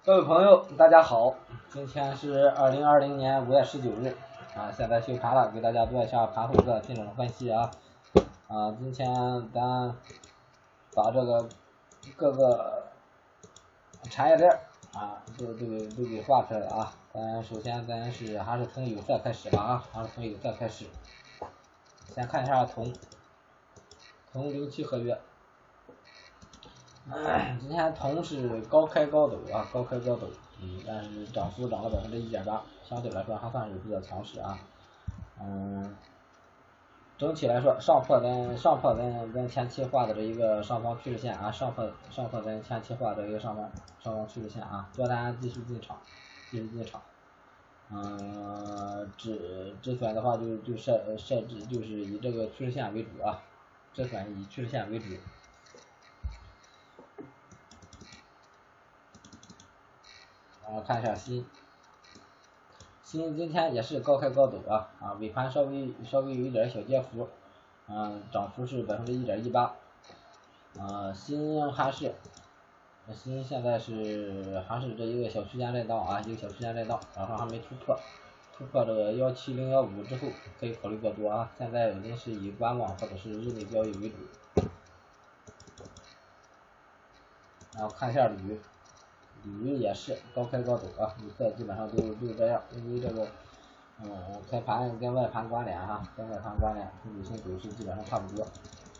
各位朋友，大家好，今天是2020年5月19日啊，现在休盘了，给大家做一下盘后的品种分析啊。今天咱把这个各个产业链都给画出来了啊。首先还是从有色开始吧啊，先看一下铜07合约。今天铜是高开高走啊，但是涨幅涨了1.8%，相对来说还算是比较强势啊。整体来说，上破咱前期画的这一个上方趋势线啊，上破咱前期画的一个上方趋势线啊，多单继续进场。止损的话就设置就是以这个趋势线为主啊，止损以趋势线为主。看一下锌今天也是高开高走啊，尾盘稍微有一点小跌幅，涨幅是1.18%。锌现在还是这一个小区间震荡啊，然后还没突破这个17015之后可以考虑做多啊，现在已经是以观望或者是日内交易为主。然后看一下铝也是高开高走啊，有色基本上都这样，因为这个开盘跟外盘关联跟铝锌走势基本上差不多。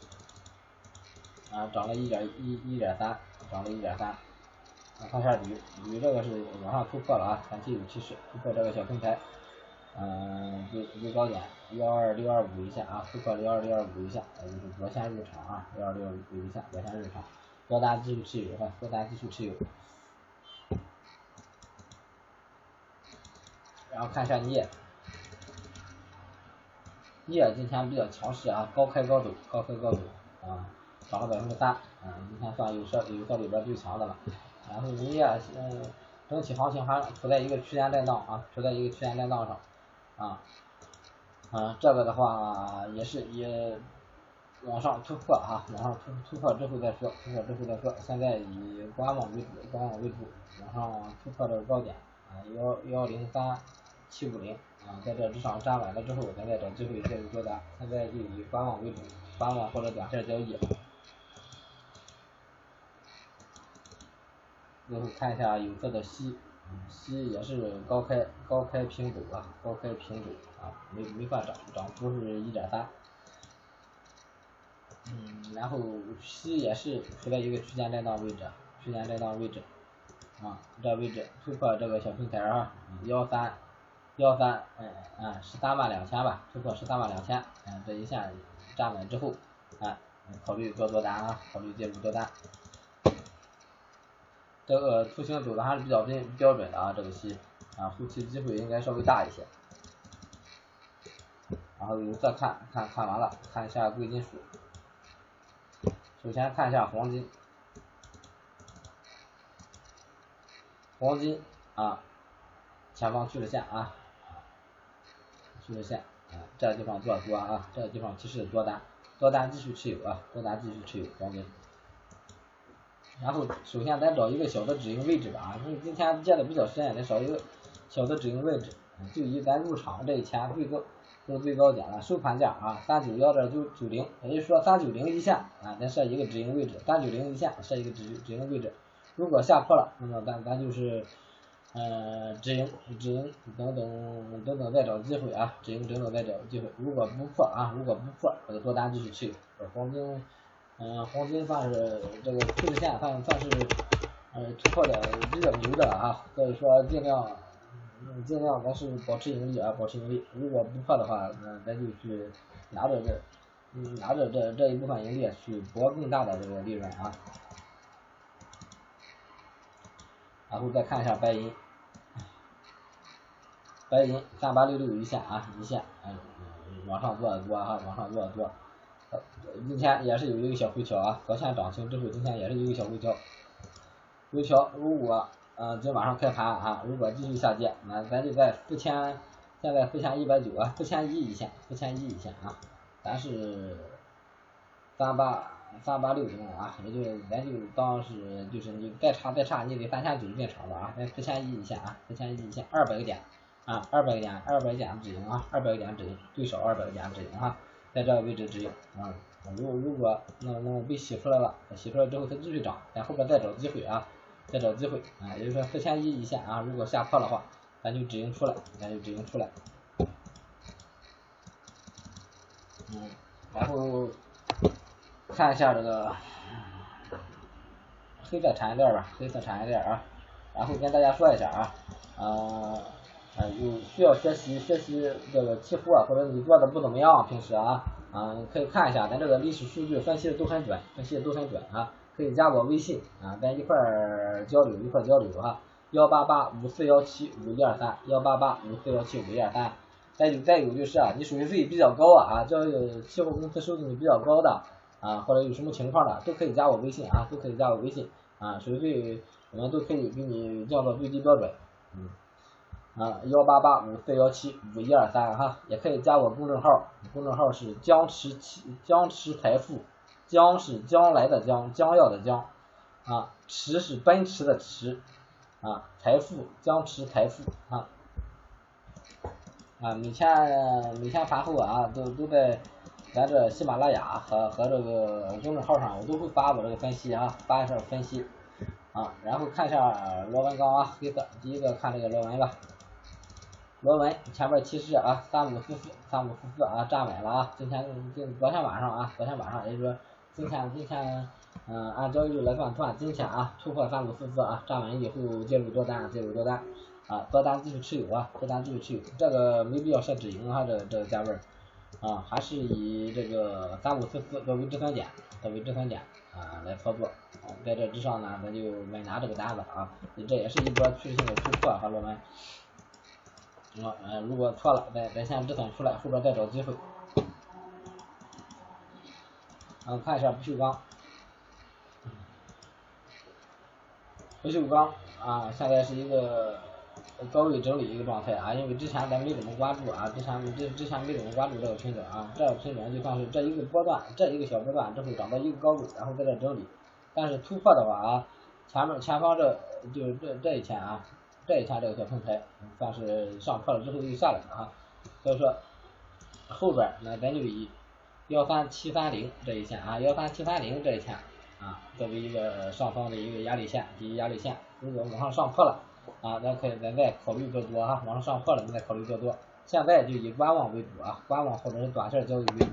涨了1.3%，看一下铝这个是往上突破了啊，前期有趋势，突破这个小平台，最高点12625以下啊，突破12625以下，就是多线入场啊，12625以下多线入场，多单继续持有。然后看一下镍今天比较强势啊，高开高走啊，涨了3%，今天算有色里边最强的了。然后镍整体行情还处在一个区间震荡上这个的话也往上突破突破之后再说，现在以观望为主，往上突破这个高点103,750在这之上站稳了之后，咱再找机会介入多单，现在就以观望为主，观望或者短线交易。最后看一下有色的硒也是高开平走啊，没犯涨幅是1.3%。然后硒也是处在一个区间震荡位置这位置突破这个小平台132000吧，突破132000，这一线站稳之后考虑做多单考虑介入多单。这个图形走的还是比较标准的这个硒后期机会应该稍微大一些。然后有色看完了，看一下贵金属。首先看一下黄金前方趋势线这地方做多这地方其实多单继续持有黄金。然后首先咱找一个小的止盈位置吧今天跌的比较深，得找一个小的止盈位置，就以咱入场这一前最高点了，收盘价391.90，也就是说390一线咱设一个止盈位置，390一线设一个止盈位置，如果下破了，那么咱就是止盈等再找机会止盈等再找机会，如果不破这个多单继续持有。黄金算是这个趋势线算是突破的比较牛的所以说尽量咱是保持盈利，如果不破的话咱就去拿着这一部分盈利去博更大的这个利润然后再看一下白银3866一线往上做的多，今天也是有一个小回调昨天涨停之后，今天也是有一个小回调，如果今晚上开盘如果继续下跌，那咱就在现在4190411000以线咱是 3860啊，也就咱就当是就是你再差你得3900进场吧啊，咱4100以下啊，4100以下200个点啊，200个点止盈啊，200个点止盈，最少200个点止盈啊，在这个位置止盈啊。如果能被洗出来了，洗出来之后它继续涨，咱后边再找机会啊，再找机会啊，也就是说4100以下啊，如果下破的话，咱就止盈出来，然后看一下这个黑色产业链吧，啊，然后跟大家说一下啊，有需要学习这个期货或者你做的不怎么样，平时可以看一下咱这个历史数据分析的都很准啊，可以加我微信啊，咱一块交流啊，18854175123，18854175123。再有就是你手续费比较高这个期货公司收的你比较高的或者有什么情况的，都可以加我微信啊，手续费我们都可以给你降到最低标准，18854175123哈，也可以加我公众号是江池财富，江是将来的江，将要的江池是奔驰的驰财富，江池财富每天盘后都在咱这喜马拉雅和这个公众号上，我都会发我这个分析发一下分析然后看一下螺纹钢黑色，第一个看这个螺纹吧，螺纹前面提示3544站稳了昨天晚上也就是说今天按交易日来算，今天突破3544站稳以后介入多单多单继续持有这个没必要设止盈这个价位还是以这个3544作为止损点来操作在这之上呢，咱就买拿这个单子这也是一波趋势性的突破和螺纹如果错了咱先止损出来，后边再找机会看一下不锈钢现在是一个高位整理一个状态因为之前咱没怎么关注之前没怎么关注这个品种这个品种就算是这一个小波段之后涨到一个高位，然后在这整理，但是突破的话前方就是这一天这个小平台算是上破了之后又下来了所以说后边那咱就以13730这一线13730这一线作为一个上方的一个压力线，第一压力线，如果往上上破了咱再考虑做多往上上破了咱再考虑做多，现在就以观望为主观望或者是短线交易为主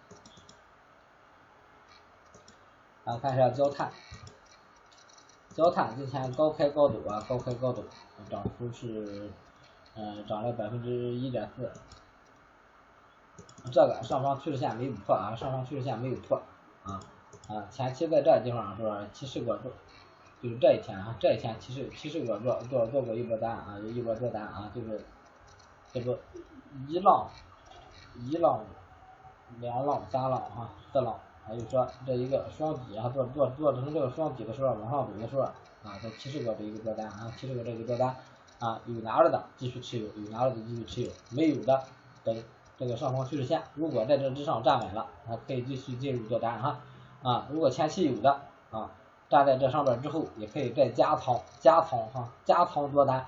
看一下焦炭今天高开高走涨幅是涨了1.4%，这个上方趋势线没有破前期在这地方是吧，起势过做，就是这一天起势过做过一波单一波多单就是这个一浪两浪三浪四浪就是说这一个双底做成这个双底的时候往上走的时候在起势过这一个多单起势过这个多单有拿着的继续持有，没有的等这个上方趋势线，如果在这之上站稳了可以继续进入做单如果前期有的站在这上边之后，也可以再加仓多单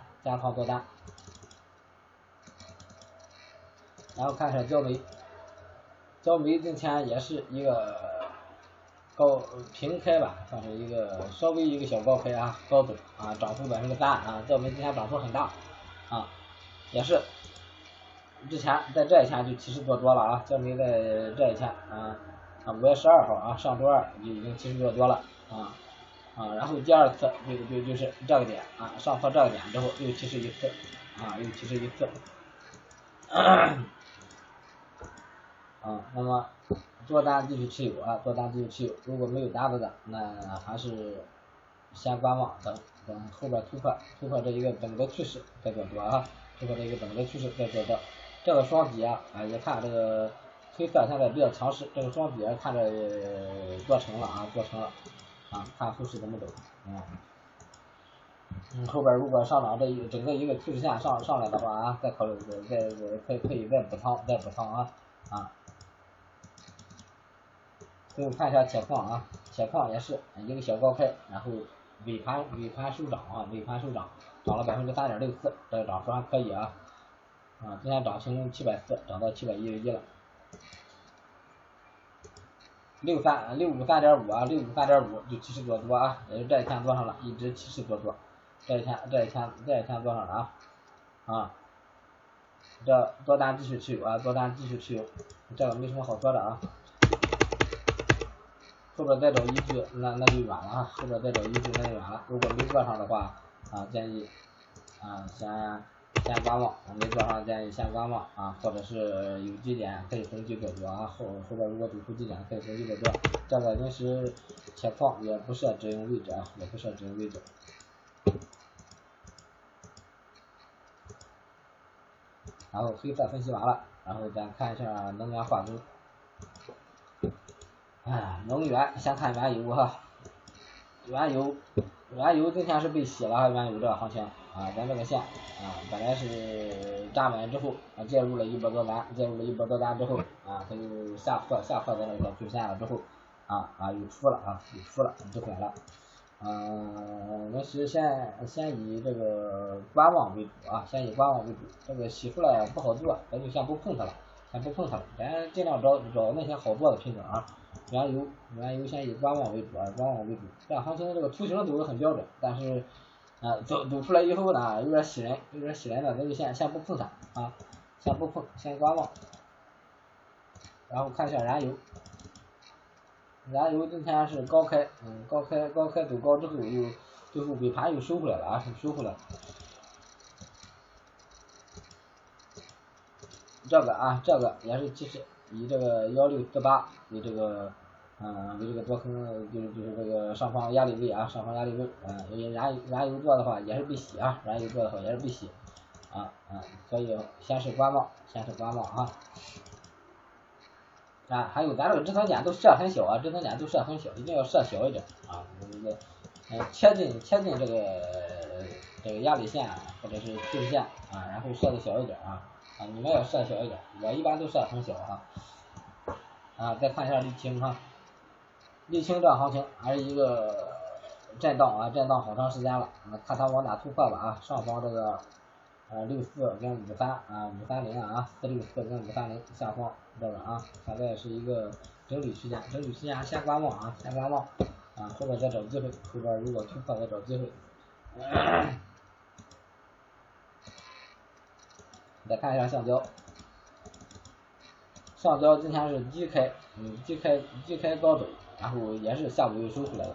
然后看一下焦煤今天也是一个高平开吧，算是一个稍微一个小高开高走涨幅3%焦煤今天涨幅很大也是之前在这一天就起势做多了焦煤在这一天5月12号上周二就已经起势做多了然后第二次就是这个点上破这个点之后又起势一次那么多单继续持有如果没有单子的那还是先观望等后边突破这一个整个趋势再做多这个双底也看这个黑色现在比较强势，这个双底看着做成了看后市怎么走后边如果上涨这整个一个趋势线上来的话再考虑可以再补仓最后看一下铁矿啊，铁矿也是一个小高开，然后尾盘收涨啊，尾盘收涨，涨了3.64%，这个涨幅还可以啊。今天涨从740涨到711了。653.5啊，653.5就70多多啊，也是这一天做上了，一直70多多，这一天做上了啊，这多单继续持有啊，多单继续持有，这个没什么好说的啊。后边再找依据，那就远了啊，后边再找依据那就远了。如果没做上的话建议先观望，没做上建议先观望啊，或者是有基点可以逢低做多啊，后边如果走出基点可以逢低做多。这个临时铁矿也不设止盈位置啊，也不设止盈位置。然后黑色分析完了，然后咱看一下能源化工。能源先看原油哈，原油今天是被洗了，原油这个行情咱这个线本来是站稳之后介入了一波多单之后它就下破在那个均线了之后又出了止损了。临时先以这个观望为主这个洗出来不好做，咱就先不碰它了，咱尽量找那些好做的品种啊。原油先以观望为主这行情这个图形走的很标准，但是走出来以后呢，有点洗人的，咱就先不碰它先不碰，先观望。然后看一下燃油今天是高开走高之后最后尾盘又收回来了这个也是其实以这个1648为这个多空就是这个上方压力位因为燃油做的话也是被洗所以先是观望还有咱这个止损点都设很小一定要设小一点贴近这个压力线或者是趋势线然后设的小一点你们要设小一点，我一般都设很小再看一下沥青沥青这行情还是一个震荡好长时间了，看它往哪突破吧上方这个64跟530464跟530下方这个现在是一个整理区间先观望后边再找机会，后边如果突破再找机会。再看一下橡胶今天是低开高走，然后也是下午又收出来了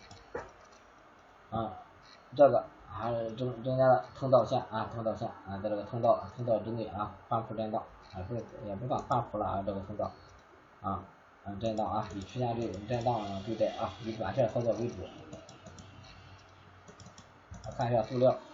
这个还是中间的通道线在这个通道之内反复震荡也不算反复了这个通道震荡以区间震荡对待以短线操作为主。看一下塑料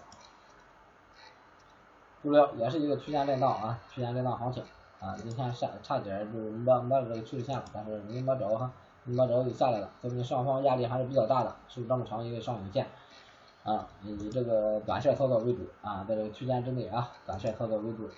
也是一个区间震荡行情今天差点就摸着这个趋势线了，但是没摸着就下来了，说明上方压力还是比较大的，是这么长一个上影线以这个短线操作为主在这个区间之内短线操作为主。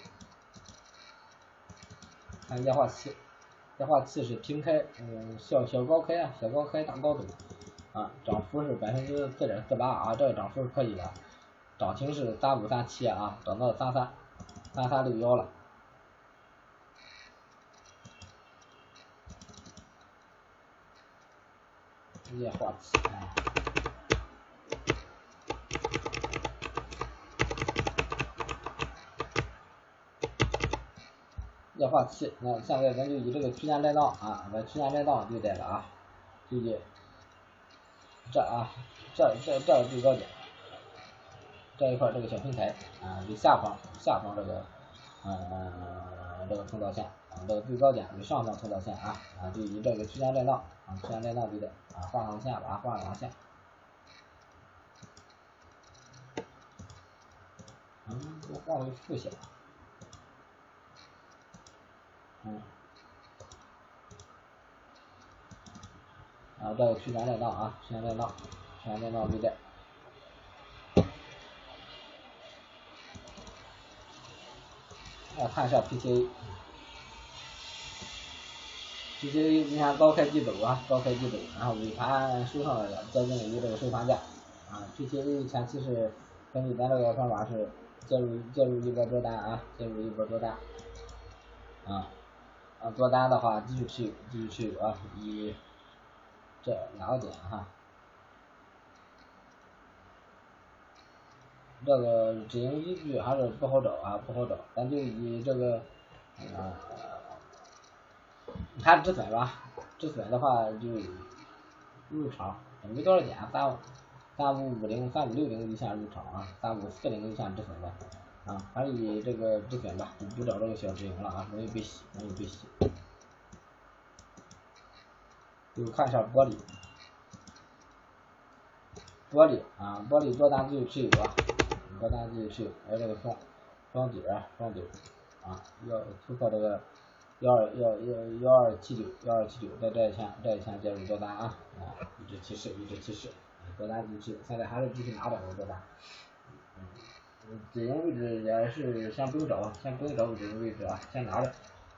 看液化气是平开小高开大高走涨幅是4.48%这个涨幅是可以的，涨停是3537涨到3361了。液化气那现在咱就以这个区间震荡区间震荡对待了注意这最高点这一块这个小平台为下方这个这个通道线这个最高点为上方通道线就以这个区间震荡对待画上线吧画两线我画为负线这个区间震荡区间震荡对待。看一下 PTA TCA 你看高开低走啊，高开低走，然后尾盘收上来了，接近于这个收盘价啊。TCA 前期是根据咱这个方法是介入一波多单啊，介入一波多单多单的话继续持有啊，以这2个点哈。这个止盈依据还是不好找啊，不好找，咱就以这个看止损吧，止损的话就入场没多少点，3550、3560以下入场啊，3540以下止损的啊，还是以这个止损吧，不找这个小止盈了啊，容易被洗。就看一下玻璃多单继续持有啊，多单继续持有，还有这个双底啊，要突破这个1279，在这一线介入多单啊，一直提示，多单继续持有，现在还是继续拿着多单。止盈位置也是先不用找止盈位置啊，先拿着。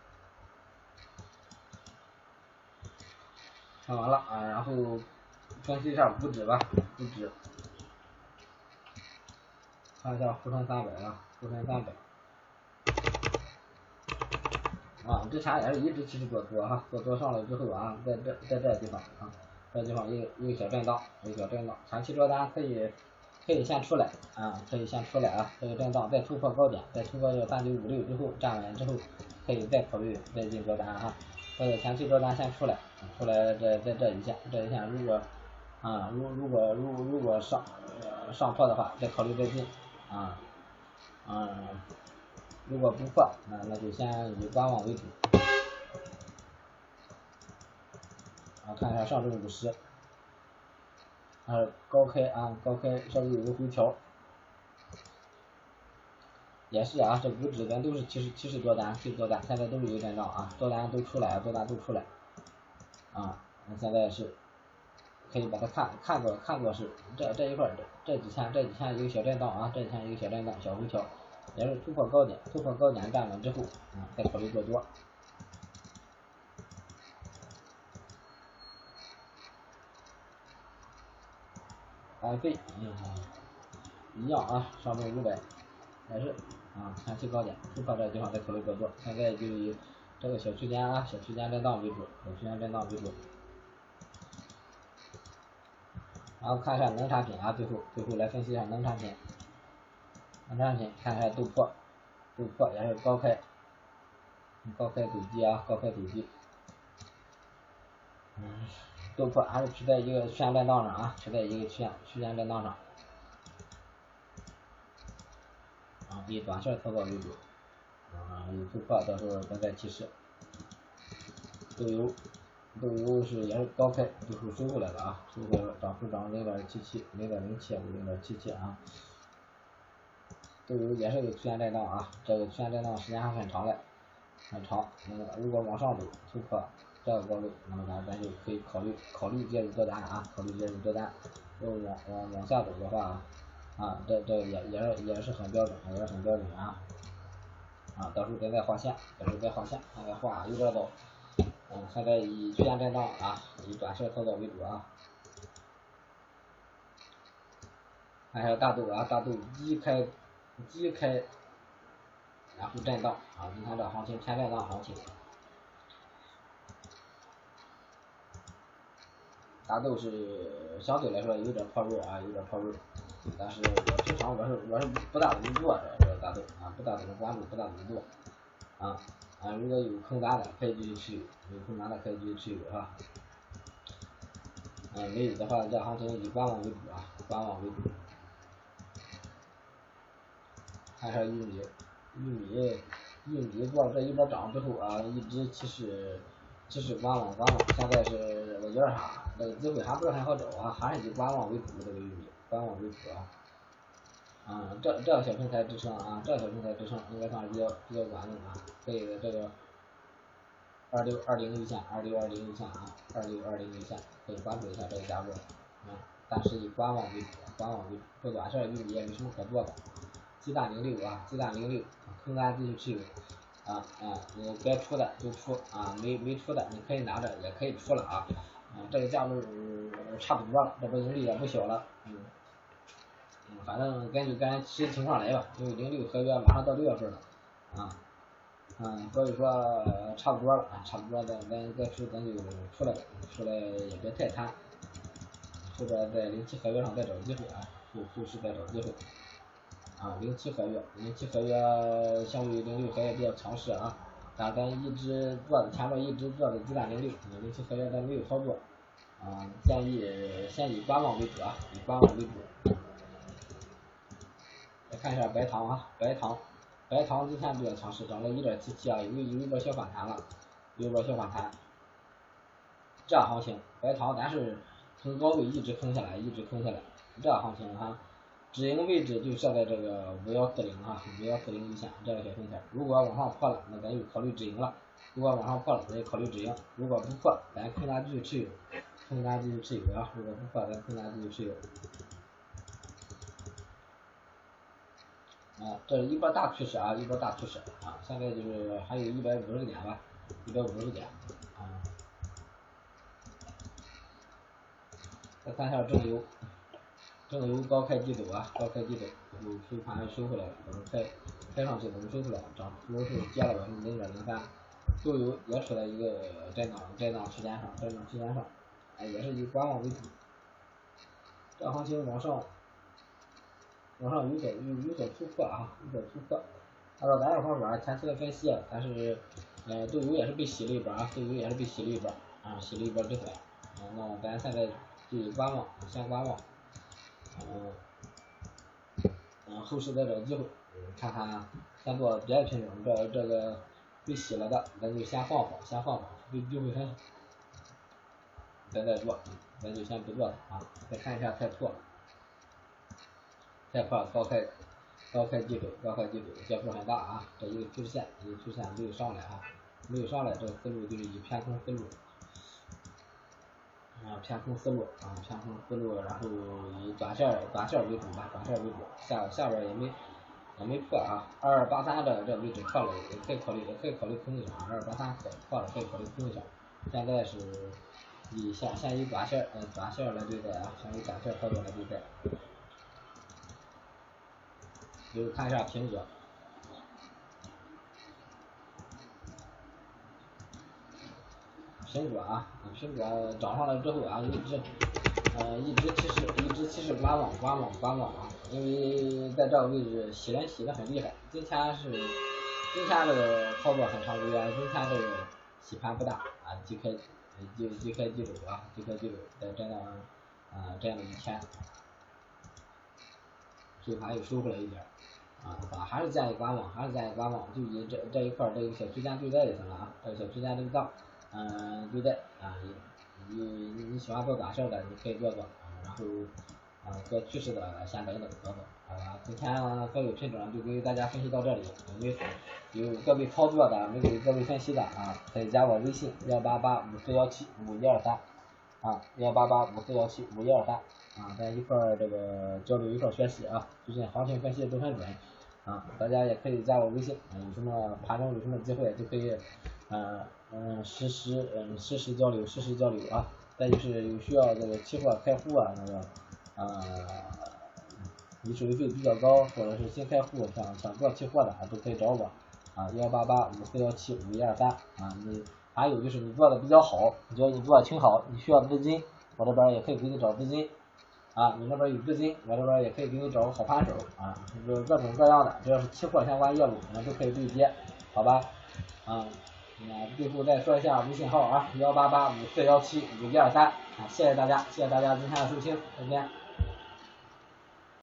看完了啊，然后分析一下股指吧，看一下沪深300啊，之前也是一直其实做多哈，做多上来之后啊，在这地方啊，这地方一个小震荡，长期多单可以先出来啊，这个震荡再突破高点，再突破这个3956之后站稳之后，可以再考虑再进多单哈。这个前期多单先出来在这一线，如果上破的话，再考虑再进如果不破，那就先以观望为主。看一下上证50，高开稍微有个回调，也是啊，这股指咱都是其实多单，现在都是有震荡啊，多单都出来现在是可以把它看作是这一块这几天一个小震荡啊，小回调，也是突破高点站稳之后再考虑做多。安飞一样啊，上证500也是前期高点突破这个地方再考虑做多，现在就以这个小区间震荡为主，然后看一下农产品啊，最后来分析一下农产品，看一下豆粕也是高开走低，豆粕还是处在一个区间震荡上啊，区间震荡上以短线操作为主有突破到时候咱再提示。豆油也是高开，最后收回来了啊，涨幅0.77啊。豆油也是个区间震荡啊，这个区间震荡时间还很长。如果往上走突破这个高位，那么咱就可以考虑介入多单啊，如果往下走的话这也是很标准啊。到时候咱再画线，现在画有点早。现在以区间震荡以短线操作为主啊。看一下大豆低开，然后震荡今天这行情偏震荡行情。大豆是相对来说有点破位但是平常我是不大怎么做这个大豆不大怎么关注，不大怎么做如果有空单的可以继续持有，没有的话这行情以观望为主。看一下玉米做了这一波涨之后一直其实观望，现在是我觉得这个机会还不是很好找还是以观望为主，这个玉米这个小平台支撑应该算是比较稳定可以这个2620一线可以关注一下这个价格但是以观望为主，做短线玉米也没什么可做的。鸡蛋06空单继续持有你该出的就出啊，没出的你可以拿着也可以出了啊。这个价位差不多了，这波盈利也不小了，反正根据实际情况来吧，因为06合约马上到6月份了所以说差不多了差不多咱该出咱就出来也别太贪，后边在07合约上再找机会后市再找机会07合约相对于06合约比较强势但咱一直做的前面一直做的鸡蛋06合约咱没有操作建议先以观望为主以观望为主。再看一下白糖白糖今天比较强势，涨了 1.77有一波小反弹了，这样行情白糖咱是从高位一直坑下来，这样行情止盈位置就设在这个5140以下这个小平台，如果往上破了，那咱就考虑止盈了；如果往上破了，咱就考虑止盈；如果不破，咱空单继续持有如果不破，咱空单继续持有。这是一波大趋势现在就是还有150个点吧，150个点再看一下正油高开低走收盘收回来了，我们开上去我们收回来了，涨幅是接了0.03%，豆油也处在一个震荡区间上，也是以观望为主。这行情往上有所突破按照咱这方法前期的分析但是豆油也是被洗了一波洗了一波之后那咱现在就先观望后市再找机会看看先做别的品种，这个被洗了的咱就先放被机会很好咱再做，咱就先不做了再看一下太破高开低走跌幅很大这一个趋势线没有上来这个思路就是以偏空思路然后以短线为主下边也没破2283这位置破了也可以考虑空一下2283破了可以考虑空一下，现在是先以短线来对待先以短线操作来对待。就看一下苹果涨上来之后一直其实观望因为在这个位置洗的很厉害，今天这个操作很常规今天这个洗盘不大低开低走在震荡这样的一天收盘又收回来一点还是建议观望，就以这一块这个小区间对待就行了这个小区间这个档对待你喜欢做短线的你可以做然后做趋势的先等今天所有品种就给大家分析到这里，有个别操作的没给各位分析的可以加我微信1885417512318854175123咱一块这个交流一块学习最近行情分析都很准大家也可以加我微信有什么盘中有什么机会就可以实时交流再就是有需要这个期货开户那个你手续费比较高或者是新开户想做期货的都可以找我18854175123你还有就是你做的比较好，你觉得你做的挺好，你需要资金，我这边也可以给你找资金你那边有资金，我这边也可以给你找个好盘手各种各样的，只要是期货相关业务我们都可以对接，好吧最后再说一下微信号18854175123谢谢大家今天的收听，再见。